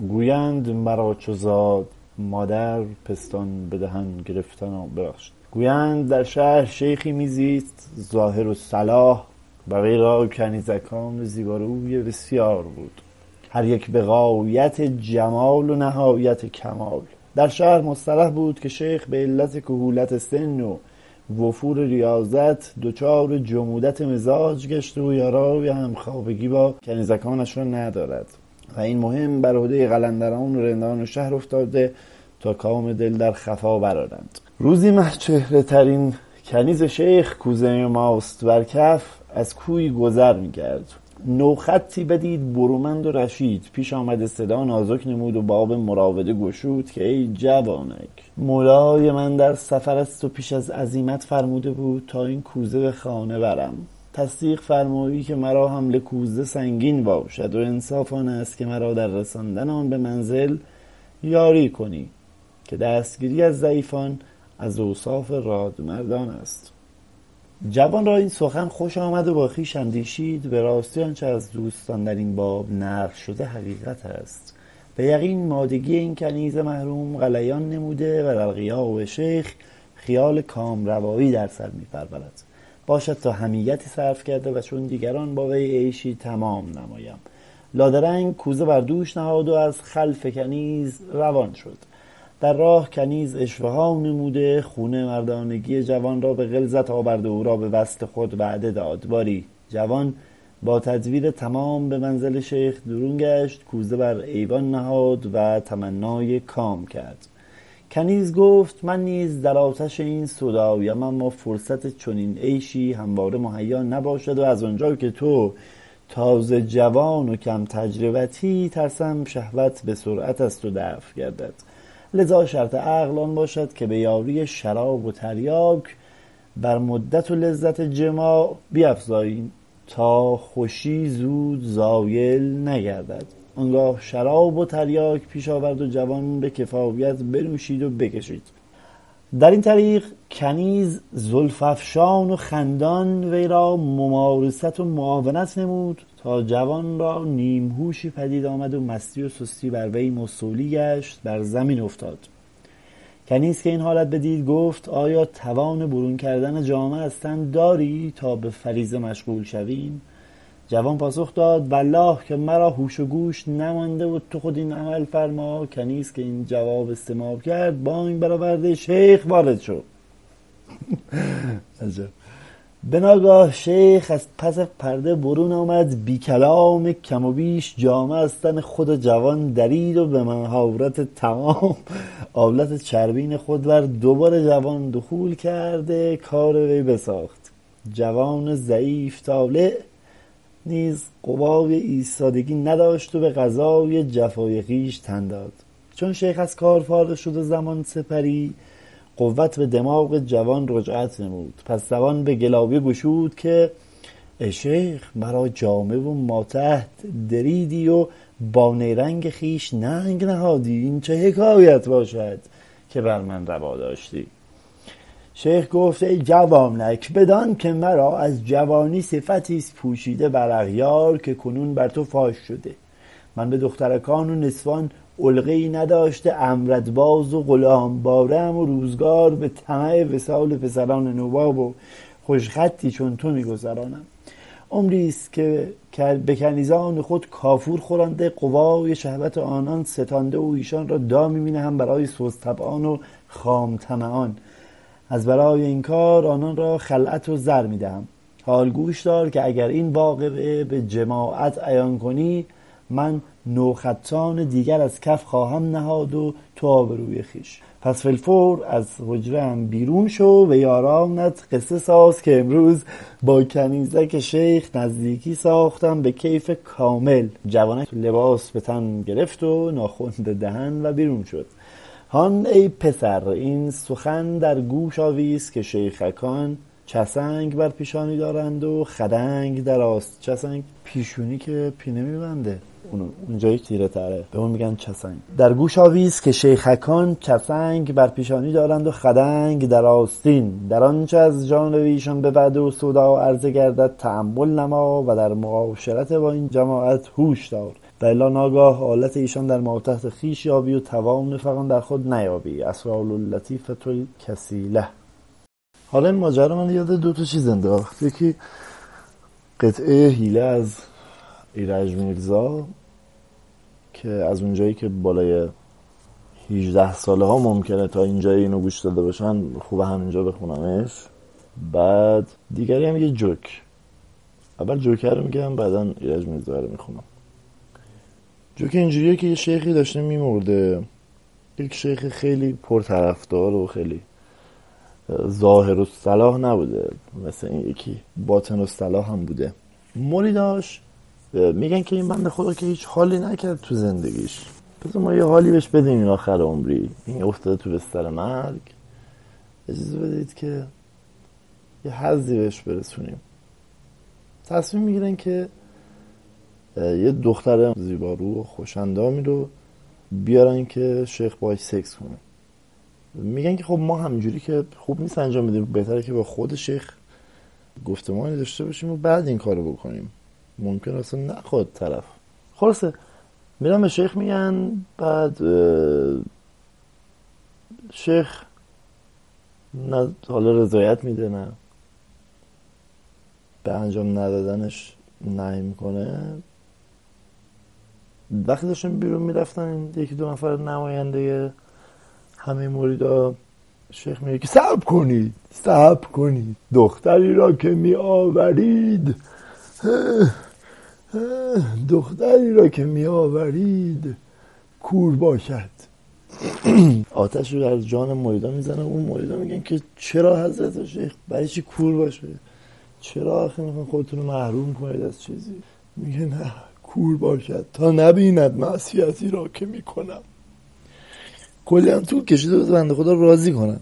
گویند مرا چو زاد مادر پستان به دهن گرفتن ببخشید. گویند در شهر شیخی میزیست ظاهر و صلاح و وی را کنیزکان زیباروی بسیار بود، هر یک به غایت جمال و نهایت کمال. در شهر مصطلح بود که شیخ به علت کهولت سن و وفور ریاضت دچار جمودت مزاج گشته و یارای همخوابگی با کنیزکانش را ندارد و این مهم بر عهده قلندران و رندان شهر افتاده تا کام دل در خفا برآرند. روزی مهچهره ترین کنیز شیخ کوزه ماست بر کف از کوی گذر می‌کرد. نوخطی بدید برومند و رشید، پیش آمده صدا نازک نمود و باب مراوده گشود که ای جوانک، مولای من در سفر است و پیش از عزیمت فرموده بود تا این کوزه به خانه برم. تصدیق فرمایی که مرا حمل کوزه سنگین باشد و انصاف آن است که مرا در رساندن آن به منزل یاری کنی که دستگیری از ضعیفان از اوصاف رادمردان است. جوان را این سخن خوش آمد و با خویش اندیشید به راستی آنچه از دوستان در این باب نقل شده حقیقت است. به یقین مادگی این کنیز محروم غلیان نموده و در غیاب شیخ خیال کامروایی در سر می‌پرورد. باشد تا حمیتی صرف کرده و چون دیگران با وی عیشی تمام نمایم. لادرنگ کوزه بر دوش نهاد و از خلف کنیز روان شد. در راه کنیز اشوه‌ها نموده خون مردانگی جوان را به غلظت آورد و او را به وصل خود وعده داد. باری جوان با تدبیر تمام به منزل شیخ درون گشت، کوزه بر ایوان نهاد و تمنای کام کرد. کنیز گفت من نیز در آتش این سودایم، اما فرصت چنین عیشی همواره مهیا نباشد و از آنجا که تو تازه جوان و کم تجربتی ترسم شهوت به سرعت از تو دفع گردد. لذا شرط عقل آن باشد که به یاری شراب و تریاک بر مدت و لذت جماع بیفزاییم تا خوشی زود زایل نگردد. آنگاه شراب و تریاک پیش آورد و جوان به کفایت بنوشید و بکشید. در این طریق کنیز زلف افشان و خندان وی را ممارست و معاونت نمود تا جوان را نیمهوشی پدید آمد و مستی و سستی بر وی مستولی گشت، بر زمین افتاد. کنیز که این حالت بدید گفت آیا توان برون کردن جامه از تن داری تا به فریضه مشغول شویم؟ جوان پاسخ داد والله که مرا هوش و گوش نمانده و تو خود این عمل فرما. کنیز که این جواب استماع کرد بانگ برآورده شیخ وارد شد. عجب. به ناگاه شیخ از پس پرده برون آمد، بی کلام کم و بیش جامه از تن خود جوان درید و به مهارت تمام آلت چربین خود بر دوباره جوان دخول کرده کار وی بساخت. جوان ضعیف طالع نیز قوای ایستادگی نداشت و به قضای جفای خویش تن داد. چون شیخ از کار فارغ شد و زمان سپری، قوت به دماغ جوان رجعت نمود. پس جوان به گلابی گشود که ای شیخ مرا جامه و ماتحت دریدی و با نیرنگ خویش ننگ نهادی، این چه حکایت باشد که بر من روا داشتی؟ شیخ گفت ای جوانک بدان که مرا از جوانی صفتی است پوشیده بر اغیار که کنون بر تو فاش شده. من به دخترکان و نسوان علقه‌ای نداشته، امردباز و غلام بارم و روزگار به طمع وصال پسران نواب و خوشخطی چون تو می‌گذرانم. عمری است که به کنیزان خود کافور خورانده، قوای شهوت آنان ستانده و ایشان را دامی می‌نهم برای سست طبعان و خام طمعان. از برای این کار آنان را خلعت و زر می‌دهم. حال گوش دار که اگر این واقعه به جماعت عیان کنی، من نوخطان دیگر از کف خواهم نهاد و تو آبروی خویش. پس فی‌الفور از حجره‌ام بیرون شو و یارانت قصه ساز که امروز با کنیزک شیخ نزدیکی ساختم به کیف کامل. جوانک لباس به تن گرفت و ناخن به دهن و بیرون شد. هان ای پسر این سخن در گوش آویز که شیخکان چسنگ بر پیشانی دارند و خدنگ در آست. چسنگ پیشونی که پینه میبنده، اونجایی تیره تره، به اون میگن چسنگ. در گوش آویز که شیخکان چسنگ بر پیشانی دارند و خدنگ در آستین. در آنچه از جانب ایشان به وعده و سودا عرضه گردد تأمل نما و در معاشرت با این جماعت هوش دار. و الا ناگاه حالت ایشان در ماتحت خیش یابی و توان فقان در خود نیابی. اسرار اللطیفة الکسیله. حالا این ماجرا من یاد دو تا چیز انداخت. یکی قطعه حیله از ایرج میرزا که از اونجایی که بالای 18 ساله ها ممکنه تا اینجای اینو گوش داده باشن خوبه همینجا بخونمش. بعد دیگری هم یه جوک. اول جوکر رو میگم بعدا ایرج میرزا رو میخونم. جوک اینجوریه که یه شیخی داشته میمرده، یک شیخ خیلی پرطرفدار و خیلی ظاهر الصلاح نبوده، مثل این یکی باطن الصلاح هم بوده. مریداش میگن که این بنده خدا که هیچ حالی نکرد تو زندگیش، بذار ما یه حالی بهش بدیم این آخر عمری، این افتاده تو بستر مرگ، اجازه بدید که یه حظی بهش برسونیم. تصمیم میگیرن که یه دختر زیبارو و خوشندامی رو بیارن که شیخ باهاش سکس کنه. میگن که خب ما همینجوری که خوب نیست انجام بدیم، بهتره که با خود شیخ گفتمانی داشته باشیم و بعد این کارو بکنیم، ممکن اصلا نخواد طرف. خلاصه میرن به شیخ میگن، بعد شیخ نه حالا رضایت میده نه به انجام ندادنش نهی میکنه. وقتی داشتن بیرون میرفتن یکی دو نفر نماینده همه مریدا، شیخ میگه که صبر کنید دختری را که می آورید کور باشد. آتش رو در جان مریدا میزنه. اون مریدا میگن که چرا حضرت شیخ، برای چی کور باشه، چرا آخه میخوان خودتون رو محروم کنید از چیزی؟ میگه نه، کور باشد تا نبیند معصیتی را که میکنم. کلی هم طول کشیده بود بنده خدا راضی کنن.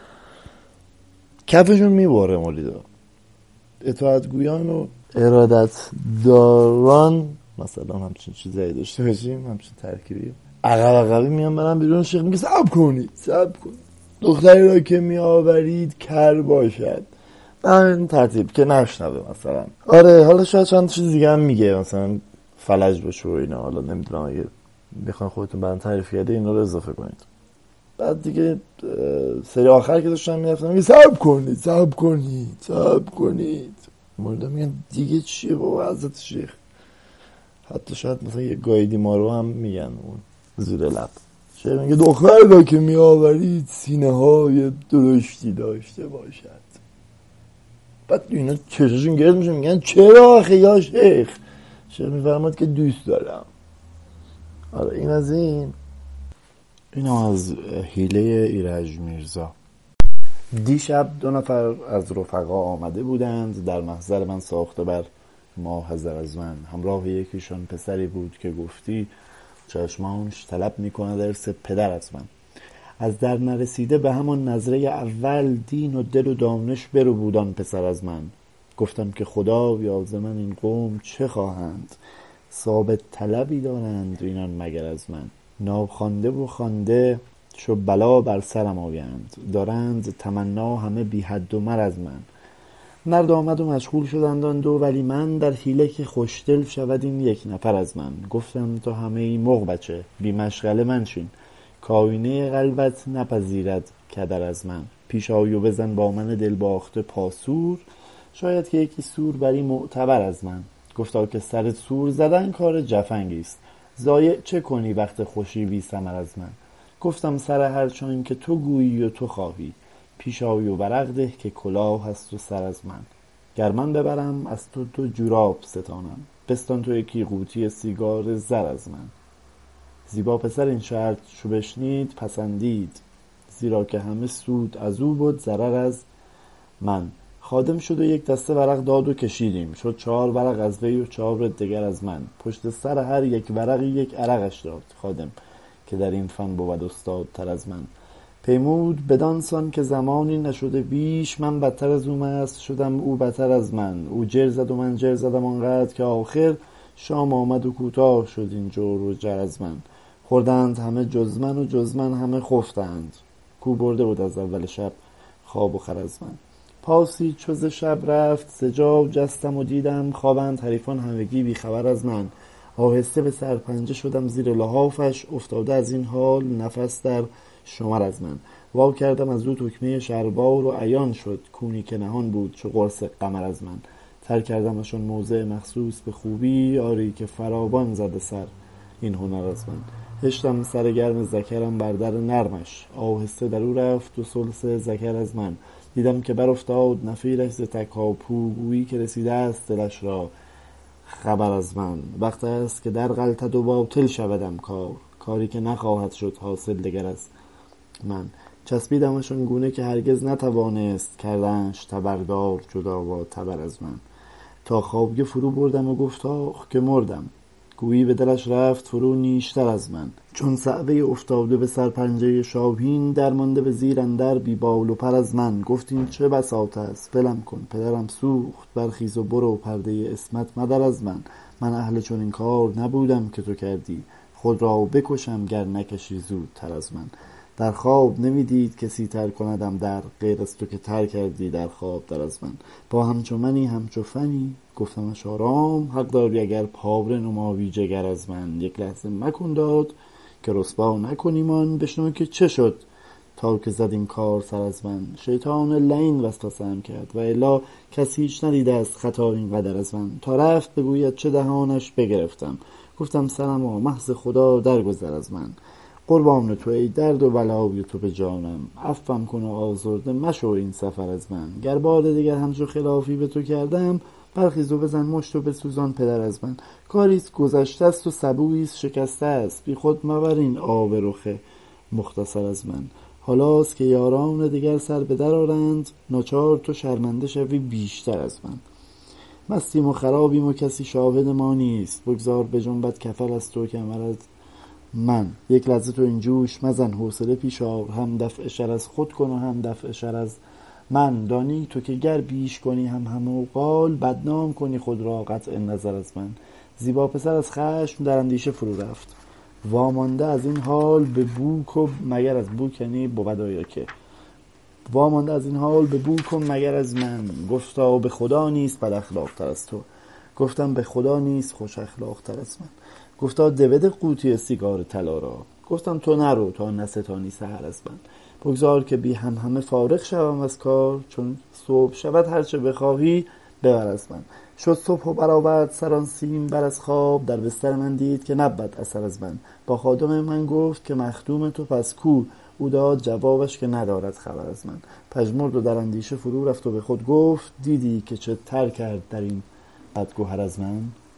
کفشون میباره مریدا. اطاعتگویان و ارادت داران مثلا همچین چیزایی داشته باشیم، همچین ترکیبی عقبی میان برن بیرون. شیخ میگه صبر کنید دختری را که میآورید کر باشد. این ترتیب که نشنوه مثلا. آره حالا شاید چند چیز دیگه هم میگه، مثلا فلج باشه و اینا، حالا نمیدونم، اگه بخواین خودتون برام تعریف کرده اینا رو اضافه کنید. بعد دیگه سری آخر که داشتن میرفتن میگه صبر کنید. مورد میگن دیگه چیه بابا حضرت شیخ، حتی شاید مثلا یه گایدی ما رو هم میگن اون زیر لب. شیخ میگه دختری را که میآورید سینه های درشتی داشته باشد. بعد اینا چششون گرد میشه، میگن چرا آخه یا شیخ؟ شیخ میفرماد که دوست دارم. آره این از این از حیله ایرج میرزا. دیشب دو نفر از رفقا آمده بودند در محضر من ساخته بر ما حذر از من. همراه یکیشان پسری بود که گفتی چشمانش طلب میکنه درس پدر از من. از در نرسیده به همان نظره اول دین و دل و دانش برو بودان پسر از من. گفتم که خدا بیاز من این قوم چه خواهند، ثابت طلبی دارند اینان مگر از من. ناخوانده و خوانده چو بلا بر سرم آیند، دارند تمنا همه بی حد و مر از من. مرد آمد و مشغول شدند آن دو، ولی من در حیله که خوشدل شود این یک نفر از من. گفتم تو همه ای مغ بچه بی مشغله منشین، کاینه قلبت نپذیرد کدر از من. پیش آی و بزن با من دل باخته پاسور، شاید که یکی سور بری معتبر از من. گفتا که سر سور زدن کار جفنگی است، ضایع چه کنی وقت خوشی بی ثمر از من. گفتم سر هر چون که تو گویی و تو خواهی، پیش آی و ورق ده که کلاه هست و سر از من. گر من ببرم از تو دو جوراب ستانم، بستان تو یکی قوطی سیگار زر از من. زیبا پسر این شرط چو بشنید پسندید، زیرا که همه سود از او بود ضرر از من. خادم شد و یک دسته ورق داد و کشیدیم، شد 4 ورق از وی و 4 دگر از من. پشت سر هر یک ورقی یک عرقش داد خادم، که در این فن بود استاد تر از من. پیمود بدانسان که زمانی نشده بیش، من بدتر از او مست شدم او بدتر از من. او جر زد و من جر زدم آنقدر که آخر شام آمد و کوتاه شد این جور و جر از من. خوردند همه جز من و جز من همه خفتند، کو برده بود از اول شب خواب و خور از من. پاسی چو ز شب رفت ز جا جستم و دیدم، خوابند حریفان همگی بی خبر از من. آهسته به سرپنجه شدم زیر لحافش، افتاده از این حال نفس در شمر از من. وا کردم از او تکمه شربار و عیان شد کونی که نهان بود چو قرص قمر از من. تر کردمشان موضع مخصوص به خوبی، آری که فراوان زده سر این هنر از من. هشتم سر گرم ذکرم بر در نرمش، آهسته در او رفت و ثلث ذکر از من. دیدم که بر افتاد نفیرش ز تکاپو، گویی که رسیده است دلش را خبر از من. وقت است که در غلطد و باطل شودم کاری که نخواهد شد حاصل دگر از من. چسبیدمشان گونه که هرگز نتوانست کردنش تبردار جدا و تبر از من. تا خوابگه فرو بردم و گفت آخ که مردم، گویی به دلش رفت فرو نیشتر از من. چون صعوه افتاده به سرپنجه شاهین، درمانده به زیر اندر بی بال و پر از من. گفت این چه بساط است ولم کن، پدرم سوخت برخیز و برو پرده عصمت مدر از من. من اهل چون این کار نبودم که تو کردی، خود را بکشم گر نکشی زودتر از من. در خواب نمیدید کسی تر کندم در، غیر از تو که تر کردی در خواب در از من. با همچو منی همچو فنی گفتمش آرام، حق داری اگر پاور نماوی جگر از من. یک لحظه مکن داد که رسوا نکنیمان، بشنو که چه شد تا که زد این کار سر از من. شیطان لعین وسوسه‌ام کرد و الا کسی هیچ ندیده است خطا این قدر از من. تا رفت بگوید چه دهانش بگرفتم، گفتم صنما محض خدا درگذر از من. قربان تو ای درد و بلای تو به جانم، عفوم کن و آزرده مشو این سفر از من. گر بار دیگر همچو خلافی به تو کردم، برخیز و بزن مشت و بسوزان پدر از من. کاریست گذشته است و سبویست شکسته است، بی خود مبر این آب رخ مختصر از من. حالاست که یاران دیگر سر به در آرند، ناچار تو شرمنده شوی بیشتر از من. مستیم و خرابیم و کسی شاهد ما نیست، بگذار بجنبد کفل از تو کمر از من. یک لحظه تو این جوش مزن، حوصله پیش آور، هم دفع شر از خود کن و هم دفع شر از من. دانی تو که گر بیش کنی هم همه قال، بدنام کنی خود را قطع نظر از من. زیبا پسر از خشم در اندیشه فرو رفت، وامانده از این حال به بوک و مگر از بوک یعنی بود آیا که وامانده از این حال به بوک و مگر از من. گفتا به خدا نیست بد اخلاق تر از تو، گفتم به خدا نیست خوش اخلاق تر از من. گفتا دوید قوطی سیگار طلا را، گفتم تو نرو تا نستانی سحر از من. بگذار که بی همه فارغ شوم از کار، چون صبح شود هرچه بخواهی ببر از من. شد صبح و برآورد سران سیم بر از خواب، در بستر من دید که نبود اثر از من. با خادم من گفت که مخدوم تو پس کو، او داد جوابش که ندارد خبر از من. پژمرد و در اندیشه فرو رفت و به خود گفت دیدی که چه تر کرد در این بدگوهر از من.